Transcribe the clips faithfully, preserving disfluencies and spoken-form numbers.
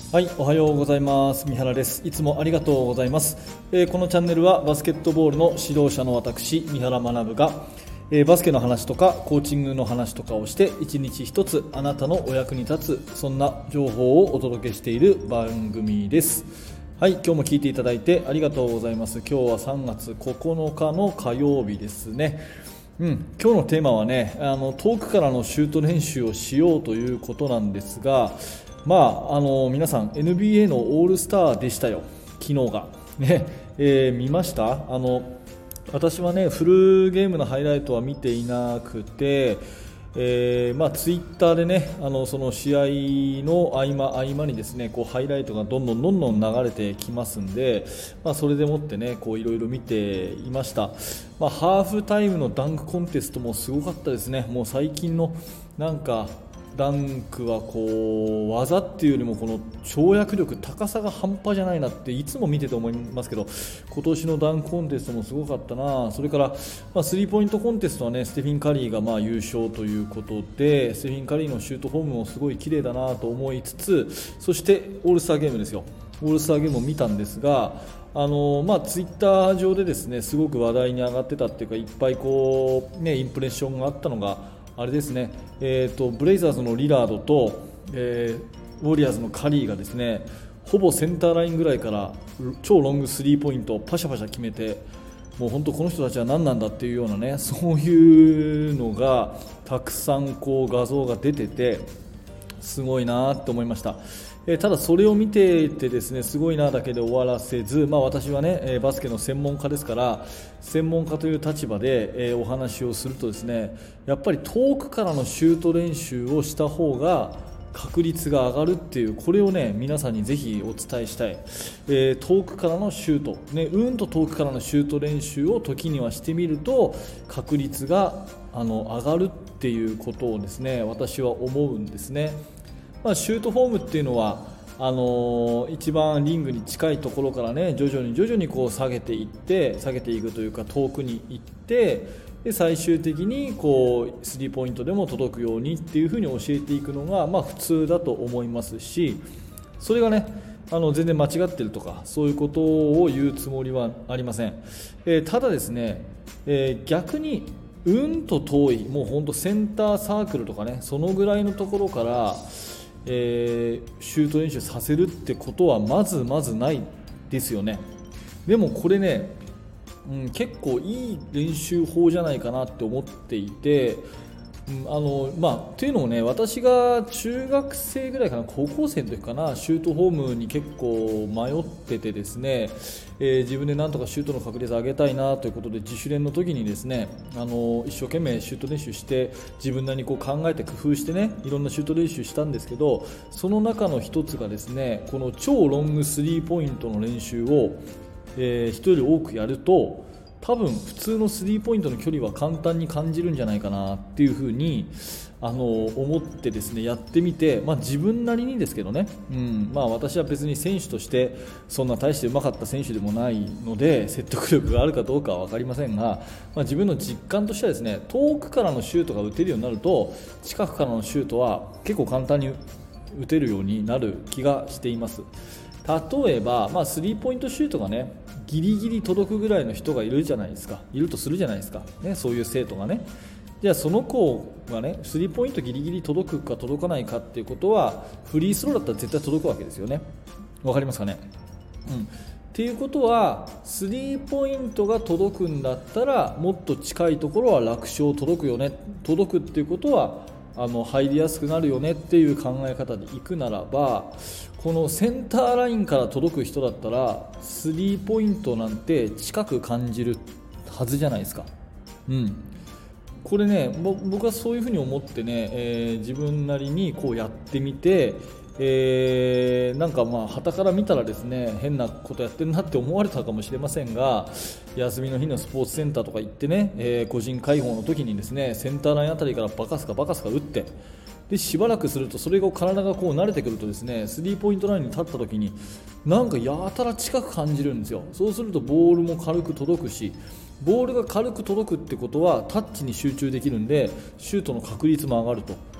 はい、おはようございます。三原です。いつもありがとうございます。えーこのチャンネルはバスケットボールの指導者の私、三原学が、えーバスケの話とかコーチングの話とかをして一日一つあなたのお役に立つ、そんな情報をお届けしている番組です。はい、今日も聞いていただいてありがとうございます。今日はさんがつここのかの火曜日ですね。うん、今日のテーマはね、あの遠くからのシュート練習をしようということなんですが、まあ、あの皆さん エヌビーエー のオールスターでしたよ、昨日が、ねえー見ました。あの私はねフルゲームのハイライトは見ていなくて、えーまあ、ツイッターでねあのその試合の合間合間にですねこうハイライトがどんどんどんどん流れてきますんで、まあ、それでもってねこういろいろ見ていました。まあ、ハーフタイムのダンクコンテストもすごかったですね。もう最近のなんかダンクはこう技っていうよりもこの跳躍力、高さが半端じゃないなっていつも見てて思いますけど、今年のダンクコンテストもすごかったな。それから、まあ、スリーポイントコンテストはねステフィン・カリーがまあ優勝ということで、ステフィン・カリーのシュートフォームもすごい綺麗だなと思いつつ、そしてオールスターゲームですよ。オールスターゲームを見たんですが、あのまあ、ツイッター上でですねすごく話題に上がってたっていうか、いっぱいこう、ね、インプレッションがあったのがあれですね、えーと、ブレイザーズのリラードと、えー、ウォリアーズのカリーがですねほぼセンターラインぐらいから超ロングスリーポイントをパシャパシャ決めて、もう本当この人たちは何なんだっていうようなね、そういうのがたくさんこう画像が出ててすごいなと思いました。えーただそれを見ていてですねすごいなだけで終わらせず、まあ、私はねえーバスケの専門家ですから、専門家という立場でえーお話をするとですね、やっぱり遠くからのシュート練習をした方が確率が上がるっていう、これをね皆さんにぜひお伝えしたい。えー遠くからのシュート、ね、うんと遠くからのシュート練習を時にはしてみると確率があの上がるっていうことをですね私は思うんですね。まあ、シュートフォームっていうのはあのー一番リングに近いところからね徐々に徐々にこう下げていって下げていくというか、遠くに行ってで最終的にこうスリーポイントでも届くようにっていう風に教えていくのが、まあ、普通だと思いますし、それがねあの全然間違ってるとかそういうことを言うつもりはありません。えーただですね、えー逆にうんと遠い、もう本当センターサークルとかねそのぐらいのところからえーシュート練習させるってことはまずまずないですよね。でもこれね、うん、結構いい練習法じゃないかなって思っていて、うんあのまあ、というのもね、私が中学生ぐらいかな、高校生の時かな、シュートフォームに結構迷っててですね、えー自分でなんとかシュートの確率を上げたいなということで、自主練の時にですね、あの一生懸命シュート練習して、自分なりにこう考えて工夫してね、いろんなシュート練習したんですけど、その中の一つがですね、この超ロングスリーポイントの練習を、えー人より多くやると、多分普通のスリーポイントの距離は簡単に感じるんじゃないかなっていうふうにあの思ってですねやってみて、まあ、自分なりにですけどね、うんまあ、私は別に選手としてそんな大してうまかった選手でもないので説得力があるかどうかは分かりませんが、まあ、自分の実感としてはですね、遠くからのシュートが打てるようになると近くからのシュートは結構簡単に打てるようになる気がしています。例えば、まあ、スリーポイントシュートがねギリギリ届くぐらいの人がいるじゃないですか、いるとするじゃないですか、ね、そういう生徒がね。じゃあその子がねスリーポイントギリギリ届くか届かないかっていうことは、フリースローだったら絶対届くわけですよね。わかりますかね。うんっていうことはスリーポイントが届くんだったらもっと近いところは楽勝届くよね、届くっていうことはあの入りやすくなるよねっていう考え方でいくならば、このセンターラインから届く人だったらスリーポイントなんて近く感じるはずじゃないですか。うんこれねぼ僕はそういうふうに思ってね、えー自分なりにこうやってみて、えーなんかまあ傍から見たらですね変なことやってるなって思われたかもしれませんが、休みの日のスポーツセンターとか行ってね、えー個人開放の時にですねセンターラインあたりからバカスカバカスカ打って、でしばらくするとそれが体がこう慣れてくるとですねスリーポイントラインに立った時になんかやたら近く感じるんですよ。そうするとボールも軽く届くし、ボールが軽く届くってことはタッチに集中できるんでシュートの確率も上がると。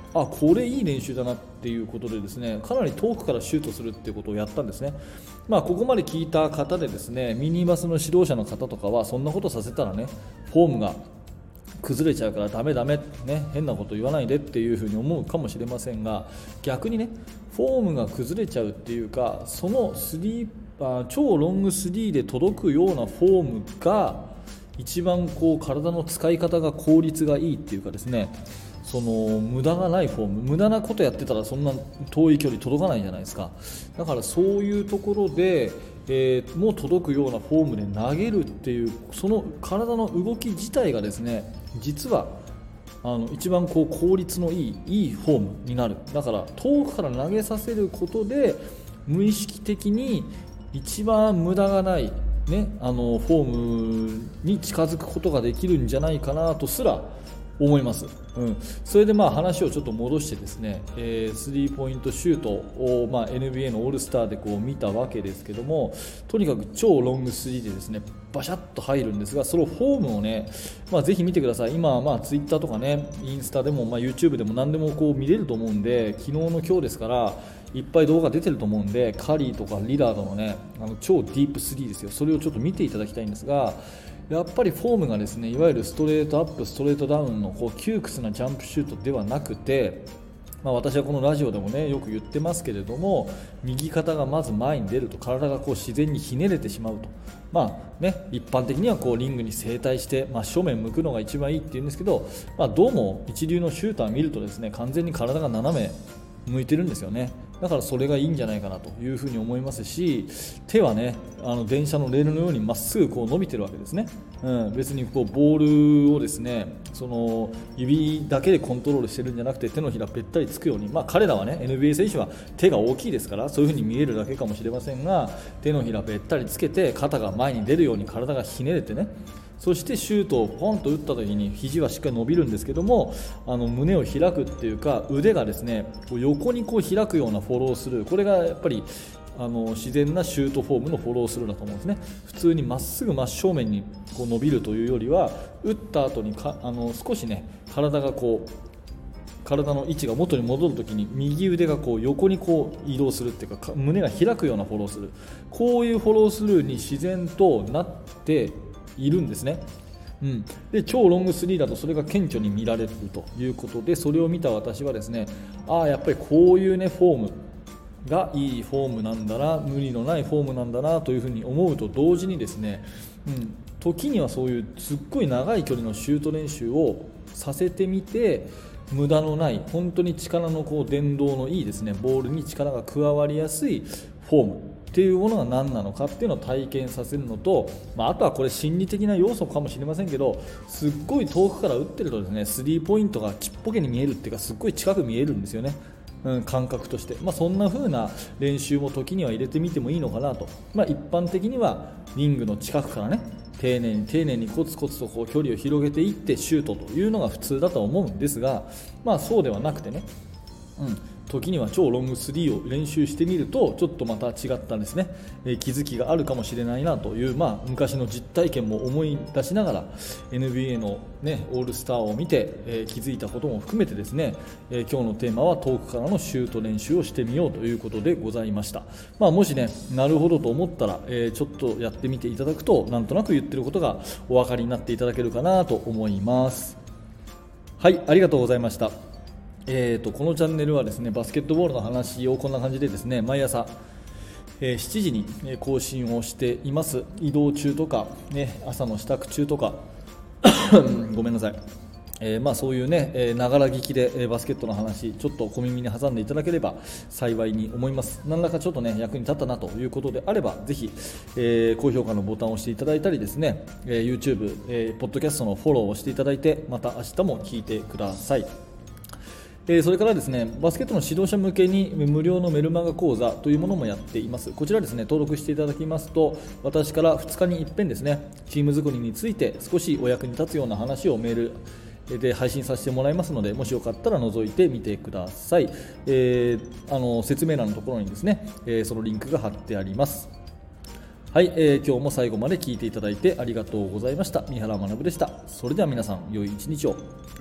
あこれいい練習だなっていうことでですね、かなり遠くからシュートするっていうことをやったんですね。まあ、ここまで聞いた方でですね、ミニバスの指導者の方とかはそんなことさせたらねフォームが崩れちゃうからダメダメ、ね、変なこと言わないでっていうふうに思うかもしれませんが、逆にねフォームが崩れちゃうっていうか、そのスリーあ超ロングスリーで届くようなフォームが一番こう体の使い方が効率がいいっていうかですね、その無駄がないフォーム、無駄なことやってたらそんな遠い距離届かないじゃないですか。だからそういうところで、えー、もう届くようなフォームで投げるっていう、その体の動き自体がですね、実はあの一番こう効率のいいいいフォームになる。だから遠くから投げさせることで無意識的に一番無駄がない、ね、あのフォームに近づくことができるんじゃないかなとすら思います。うん、それでまあ話をちょっと戻してですね、えー、スリーポイントシュートを、まあ、エヌビーエー のオールスターでこう見たわけですけども、とにかく超ロングスリーでですねバシャッと入るんですが、そのフォームをね、まあ、ぜひ見てください。今はまあツイッターとかね、インスタでも、まあ、YouTube でも何でもこう見れると思うんで、昨日の今日ですからいっぱい動画出てると思うんで、カリーとかリラードのねあの超ディープスリーですよ、それをちょっと見ていただきたいんですが、やっぱりフォームがですね、いわゆるストレートアップストレートダウンのこう窮屈なジャンプシュートではなくて、まあ、私はこのラジオでもねよく言ってますけれども、右肩がまず前に出ると体がこう自然にひねれてしまうと、まあね、一般的にはこうリングに正対して、まあ、正面向くのが一番いいって言うんですけど、まあ、どうも一流のシューターを見るとですね、完全に体が斜め向いてるんですよね。だからそれがいいんじゃないかなというふうに思いますし、手はねあの電車のレールのようにまっすぐこう伸びてるわけですね。うん、別にこうボールをですね、その指だけでコントロールしてるんじゃなくて、手のひらべったりつくように、まあ、彼らはね エヌビーエー 選手は手が大きいですから、そういうふうに見えるだけかもしれませんが、手のひらべったりつけて肩が前に出るように体がひねれてね、そしてシュートをポンと打った時に肘はしっかり伸びるんですけども、あの胸を開くっていうか、腕がですね横にこう開くようなフォロースルー、これがやっぱりあの自然なシュートフォームのフォロースルーだと思うんですね。普通にまっすぐ真正面にこう伸びるというよりは、打った後にかあの少しね体がこう体の位置が元に戻るときに右腕がこう横にこう移動するっていうか、胸が開くようなフォロースルー、こういうフォロースルーに自然となっているんですね。うん、で超ロングスリーだとそれが顕著に見られるということで、それを見た私はですね、ああやっぱりこういうねフォームがいいフォームなんだな、無理のないフォームなんだなというふうに思うと同時にですね、うん、時にはそういうすっごい長い距離のシュート練習をさせてみて、無駄のない本当に力のこう伝導のいいですね、ボールに力が加わりやすいフォームっていうものが何なのかっていうのを体験させるのと、まあ、あとはこれ心理的な要素かもしれませんけど、すっごい遠くから打ってるとですね、スリーポイントがちっぽけに見えるっていうか、すっごい近く見えるんですよね。うん、感覚として、まあ、そんな風な練習も時には入れてみてもいいのかなと、まあ、一般的にはリングの近くからね丁寧に丁寧にコツコツとこう距離を広げていってシュートというのが普通だと思うんですが、まあ、そうではなくてね、うん時には超ロングスリーを練習してみるとちょっとまた違ったですね、えー、気づきがあるかもしれないなという、まあ、昔の実体験も思い出しながら エヌビーエー の、ね、オールスターを見て、えー、気づいたことも含めてですね、えー、今日のテーマは遠くからのシュート練習をしてみようということでございました。まあ、もしねなるほどと思ったら、えー、ちょっとやってみていただくとなんとなく言ってることがお分かりになっていただけるかなと思います。はい、ありがとうございました。えー、とこのチャンネルはですねバスケットボールの話をこんな感じでですね毎朝、えー、しちじに更新をしています。移動中とか、ね、朝の支度中とかごめんなさい、えーまあ、そういうねながら聞きで、えー、バスケットの話ちょっと小耳に挟んでいただければ幸いに思います。何らかちょっとね役に立ったなということであればぜひ、えー、高評価のボタンを押していただいたりですね、えー、YouTube、えー、ポッドキャストのフォローをしていただいてまた明日も聞いてください。えー、それからですねバスケットの指導者向けに無料のメルマガ講座というものもやっています。こちらですね登録していただきますと私からふつかに一遍ですねチーム作りについて少しお役に立つような話をメールで配信させてもらいますので、もしよかったら覗いてみてください。えー、あの説明欄のところにですね、えー、そのリンクが貼ってあります。はい、えー、今日も最後まで聞いていただいてありがとうございました。三原学でした。それでは皆さん良い一日を。